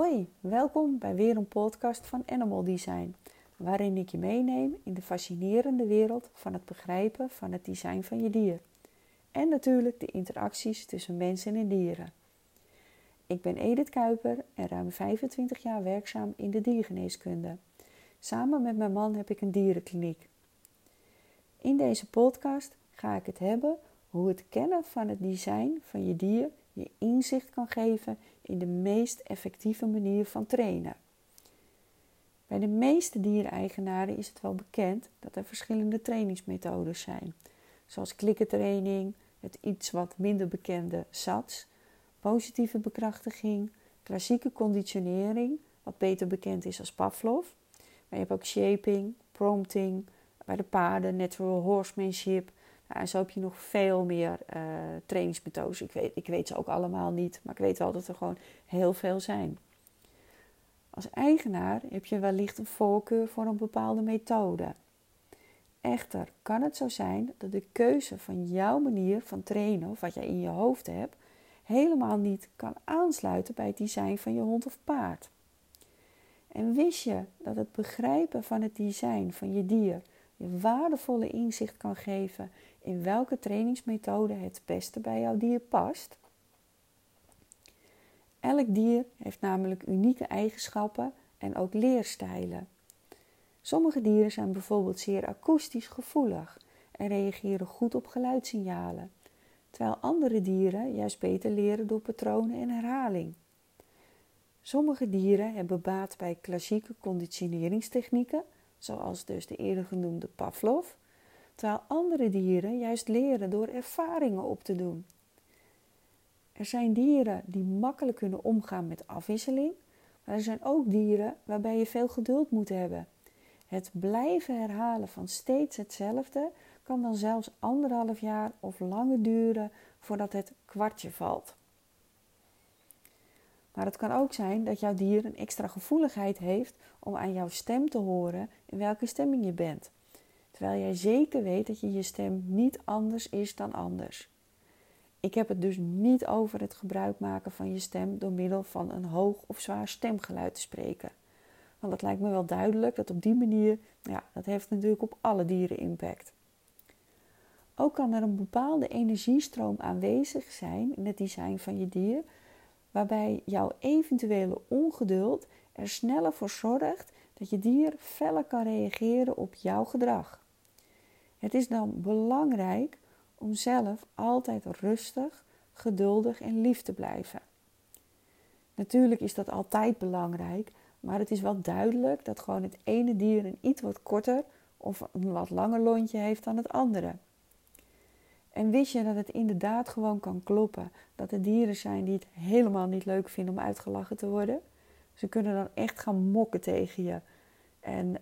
Hoi, welkom bij weer een podcast van Animal Design, waarin ik je meeneem in de fascinerende wereld van het begrijpen van het design van je dier. En natuurlijk de interacties tussen mensen en dieren. Ik ben Edith Kuiper en ruim 25 jaar werkzaam in de diergeneeskunde. Samen met mijn man heb ik een dierenkliniek. In deze podcast ga ik het hebben hoe het kennen van het design van je dier je inzicht kan geven in de meest effectieve manier van trainen. Bij de meeste diereneigenaren is het wel bekend dat er verschillende trainingsmethodes zijn, zoals klikkertraining, het iets wat minder bekende SATS, positieve bekrachtiging, klassieke conditionering, wat beter bekend is als Pavlov. Maar je hebt ook shaping, prompting, bij de paarden natural horsemanship. En zo heb je nog veel meer trainingsmethodes. Ik weet ze ook allemaal niet, maar ik weet wel dat er gewoon heel veel zijn. Als eigenaar heb je wellicht een voorkeur voor een bepaalde methode. Echter kan het zo zijn dat de keuze van jouw manier van trainen, of wat jij in je hoofd hebt, helemaal niet kan aansluiten bij het design van je hond of paard. En wist je dat het begrijpen van het design van je dier je waardevolle inzicht kan geven in welke trainingsmethode het beste bij jouw dier past? Elk dier heeft namelijk unieke eigenschappen en ook leerstijlen. Sommige dieren zijn bijvoorbeeld zeer akoestisch gevoelig en reageren goed op geluidssignalen, terwijl andere dieren juist beter leren door patronen en herhaling. Sommige dieren hebben baat bij klassieke conditioneringstechnieken, zoals dus de eerder genoemde Pavlov, terwijl andere dieren juist leren door ervaringen op te doen. Er zijn dieren die makkelijk kunnen omgaan met afwisseling, maar er zijn ook dieren waarbij je veel geduld moet hebben. Het blijven herhalen van steeds hetzelfde kan dan zelfs 1,5 jaar of langer duren voordat het kwartje valt. Maar het kan ook zijn dat jouw dier een extra gevoeligheid heeft om aan jouw stem te horen in welke stemming je bent. Terwijl jij zeker weet dat je stem niet anders is dan anders. Ik heb het dus niet over het gebruik maken van je stem door middel van een hoog of zwaar stemgeluid te spreken. Want dat lijkt me wel duidelijk dat op die manier, dat heeft natuurlijk op alle dieren impact. Ook kan er een bepaalde energiestroom aanwezig zijn in het design van je dier, waarbij jouw eventuele ongeduld er sneller voor zorgt dat je dier feller kan reageren op jouw gedrag. Het is dan belangrijk om zelf altijd rustig, geduldig en lief te blijven. Natuurlijk is dat altijd belangrijk, maar het is wel duidelijk dat gewoon het ene dier een iets wat korter of een wat langer lontje heeft dan het andere. En wist je dat het inderdaad gewoon kan kloppen dat er dieren zijn die het helemaal niet leuk vinden om uitgelachen te worden? Ze kunnen dan echt gaan mokken tegen je. En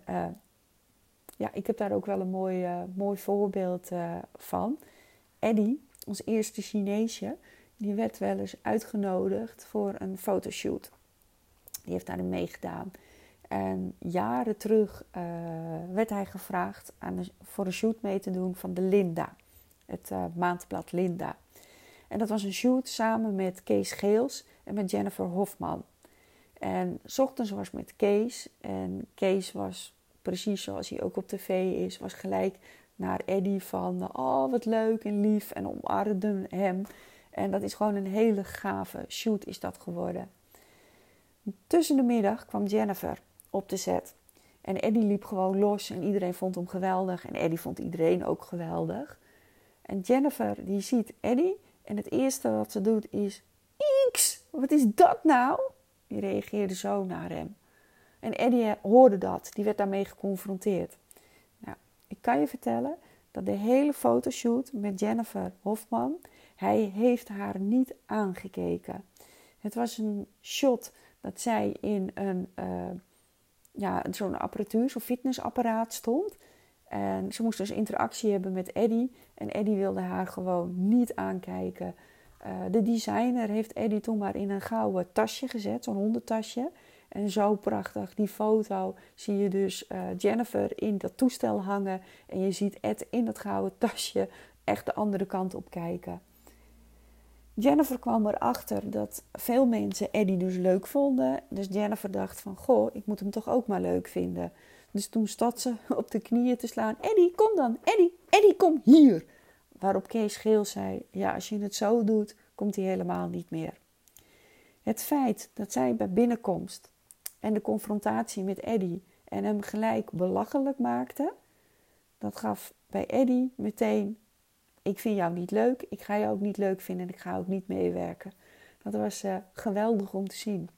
ik heb daar ook wel een mooi voorbeeld van. Eddie, ons eerste Chineesje, die werd wel eens uitgenodigd voor een fotoshoot. Die heeft daarin meegedaan. En jaren terug werd hij gevraagd voor een shoot mee te doen van de Linda. Het maandblad Linda. En dat was een shoot samen met Kees Geels en met Jennifer Hofman. En 's ochtends was met Kees. En Kees was precies zoals hij ook op tv is. Was gelijk naar Eddie van oh wat leuk en lief. En omarmde hem. En dat is gewoon een hele gave shoot is dat geworden. Tussen de middag kwam Jennifer op de set. En Eddie liep gewoon los en iedereen vond hem geweldig. En Eddie vond iedereen ook geweldig. En Jennifer die ziet Eddie en het eerste wat ze doet is X, wat is dat nou? Die reageerde zo naar hem. En Eddie hoorde dat, die werd daarmee geconfronteerd. Nou, ik kan je vertellen dat de hele fotoshoot met Jennifer Hofman, hij heeft haar niet aangekeken. Het was een shot dat zij in zo'n apparatuur, zo'n fitnessapparaat stond. En ze moest dus interactie hebben met Eddie. En Eddie wilde haar gewoon niet aankijken. De designer heeft Eddie toen maar in een gouden tasje gezet. Zo'n hondentasje. En zo prachtig, die foto, zie je dus Jennifer in dat toestel hangen. En je ziet Ed in dat gouden tasje echt de andere kant op kijken. Jennifer kwam erachter dat veel mensen Eddie dus leuk vonden. Dus Jennifer dacht van, goh, ik moet hem toch ook maar leuk vinden. Dus toen stond ze op de knieën te slaan. Eddie, kom dan. Eddie, kom hier. Waarop Kees Geel zei, ja, als je het zo doet, komt hij helemaal niet meer. Het feit dat zij bij binnenkomst en de confrontatie met Eddie en hem gelijk belachelijk maakte, dat gaf bij Eddie meteen, ik vind jou niet leuk, ik ga jou ook niet leuk vinden en ik ga ook niet meewerken. Dat was geweldig om te zien.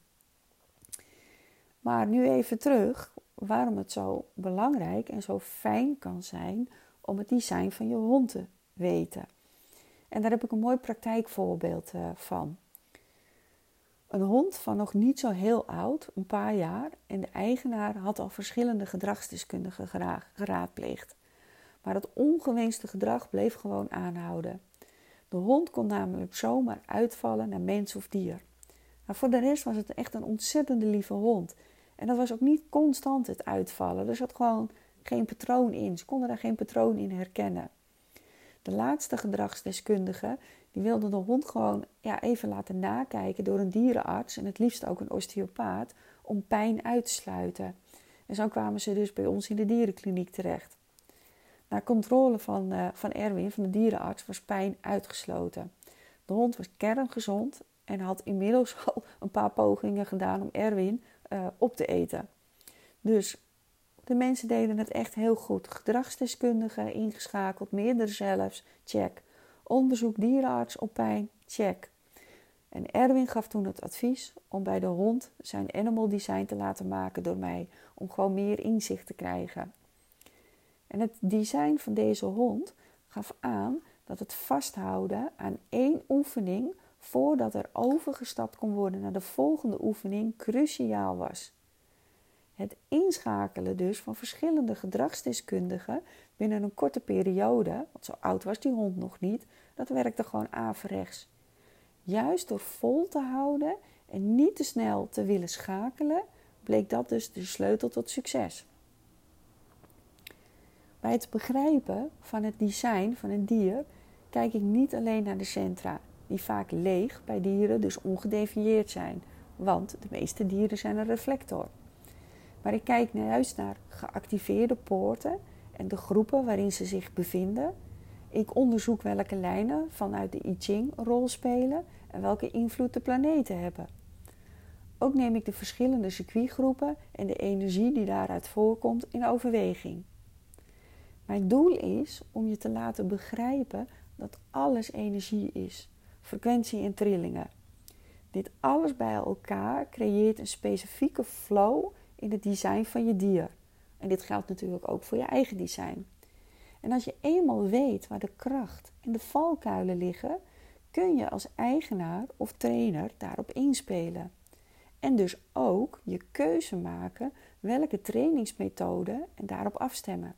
Maar nu even terug, waarom het zo belangrijk en zo fijn kan zijn om het design van je hond te weten. En daar heb ik een mooi praktijkvoorbeeld van. Een hond van nog niet zo heel oud, een paar jaar, en de eigenaar had al verschillende gedragsdeskundigen geraadpleegd. Maar het ongewenste gedrag bleef gewoon aanhouden. De hond kon namelijk zomaar uitvallen naar mens of dier. Maar voor de rest was het echt een ontzettende lieve hond. En dat was ook niet constant het uitvallen. Er zat gewoon geen patroon in. Ze konden daar geen patroon in herkennen. De laatste gedragsdeskundige die wilde de hond gewoon even laten nakijken door een dierenarts en het liefst ook een osteopaat om pijn uit te sluiten. En zo kwamen ze dus bij ons in de dierenkliniek terecht. Na controle van Erwin, van de dierenarts, was pijn uitgesloten. De hond was kerngezond en had inmiddels al een paar pogingen gedaan om Erwin op te eten. Dus de mensen deden het echt heel goed. Gedragsdeskundigen ingeschakeld, meerdere zelfs, check. Onderzoek dierenarts op pijn, check. En Erwin gaf toen het advies om bij de hond zijn animal design te laten maken door mij. Om gewoon meer inzicht te krijgen. En het design van deze hond gaf aan dat het vasthouden aan 1 oefening voordat er overgestapt kon worden naar de volgende oefening cruciaal was. Het inschakelen dus van verschillende gedragsdeskundigen binnen een korte periode, want zo oud was die hond nog niet, dat werkte gewoon averechts. Juist door vol te houden en niet te snel te willen schakelen, bleek dat dus de sleutel tot succes. Bij het begrijpen van het design van een dier kijk ik niet alleen naar de centra, die vaak leeg bij dieren dus ongedefinieerd zijn, want de meeste dieren zijn een reflector. Maar ik kijk juist naar geactiveerde poorten en de groepen waarin ze zich bevinden. Ik onderzoek welke lijnen vanuit de I Ching een rol spelen en welke invloed de planeten hebben. Ook neem ik de verschillende circuitgroepen en de energie die daaruit voorkomt in overweging. Mijn doel is om je te laten begrijpen dat alles energie is, frequentie en trillingen. Dit alles bij elkaar creëert een specifieke flow in het design van je dier. En dit geldt natuurlijk ook voor je eigen design. En als je eenmaal weet waar de kracht en de valkuilen liggen, kun je als eigenaar of trainer daarop inspelen. En dus ook je keuze maken welke trainingsmethode en daarop afstemmen.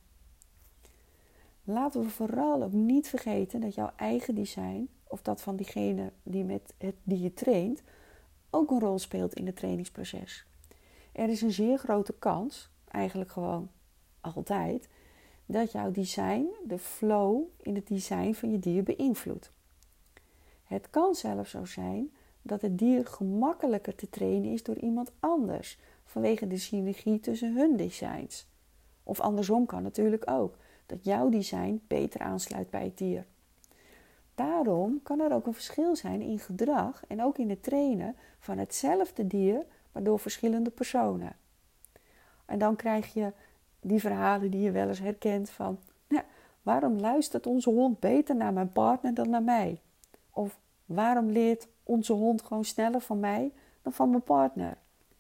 Laten we vooral ook niet vergeten dat jouw eigen design, of dat van diegene die je traint, ook een rol speelt in het trainingsproces. Er is een zeer grote kans, eigenlijk gewoon altijd, dat jouw design de flow in het design van je dier beïnvloedt. Het kan zelfs zo zijn dat het dier gemakkelijker te trainen is door iemand anders, vanwege de synergie tussen hun designs. Of andersom kan natuurlijk ook, dat jouw design beter aansluit bij het dier. Daarom kan er ook een verschil zijn in gedrag en ook in het trainen van hetzelfde dier, maar door verschillende personen. En dan krijg je die verhalen die je wel eens herkent van, waarom luistert onze hond beter naar mijn partner dan naar mij? Of waarom leert onze hond gewoon sneller van mij dan van mijn partner?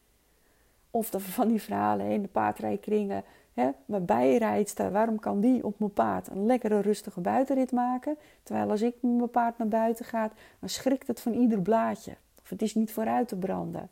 Of van die verhalen in de paardrijkringen, mijn bijrijdster, waarom kan die op mijn paard een lekkere rustige buitenrit maken? Terwijl als ik met mijn paard naar buiten ga, dan schrikt het van ieder blaadje. Of het is niet vooruit te branden.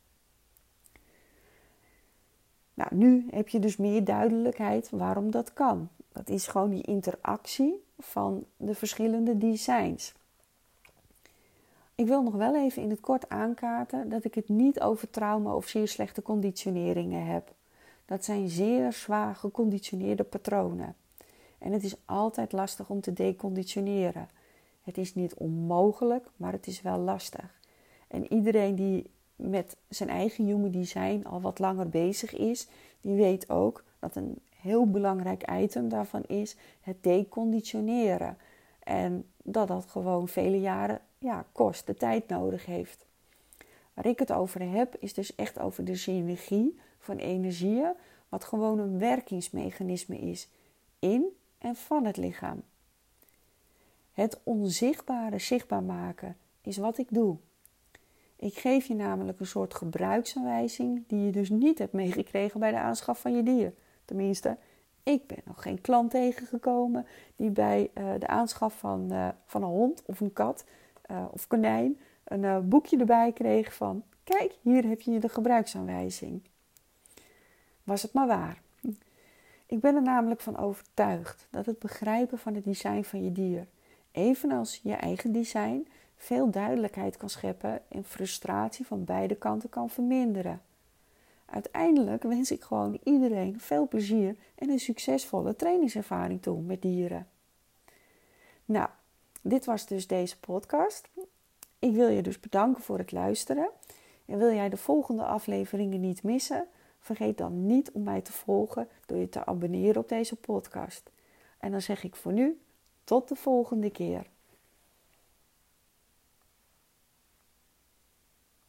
Nou, nu heb je dus meer duidelijkheid waarom dat kan. Dat is gewoon die interactie van de verschillende designs. Ik wil nog wel even in het kort aankaarten dat ik het niet over trauma of zeer slechte conditioneringen heb. Dat zijn zeer zwaar geconditioneerde patronen. En het is altijd lastig om te deconditioneren. Het is niet onmogelijk, maar het is wel lastig. En iedereen die met zijn eigen human design al wat langer bezig is, die weet ook dat een heel belangrijk item daarvan is het deconditioneren. En dat dat gewoon vele jaren kost, de tijd nodig heeft. Waar ik het over heb is dus echt over de synergie van energieën, wat gewoon een werkingsmechanisme is in en van het lichaam. Het onzichtbare zichtbaar maken is wat ik doe. Ik geef je namelijk een soort gebruiksaanwijzing die je dus niet hebt meegekregen bij de aanschaf van je dier. Tenminste, ik ben nog geen klant tegengekomen die bij de aanschaf van een hond of een kat of konijn een boekje erbij kreeg van: kijk, hier heb je de gebruiksaanwijzing. Was het maar waar. Ik ben er namelijk van overtuigd dat het begrijpen van het design van je dier, evenals je eigen design, veel duidelijkheid kan scheppen en frustratie van beide kanten kan verminderen. Uiteindelijk wens ik gewoon iedereen veel plezier en een succesvolle trainingservaring toe met dieren. Nou, dit was dus deze podcast. Ik wil je dus bedanken voor het luisteren. En wil jij de volgende afleveringen niet missen? Vergeet dan niet om mij te volgen door je te abonneren op deze podcast. En dan zeg ik voor nu, tot de volgende keer.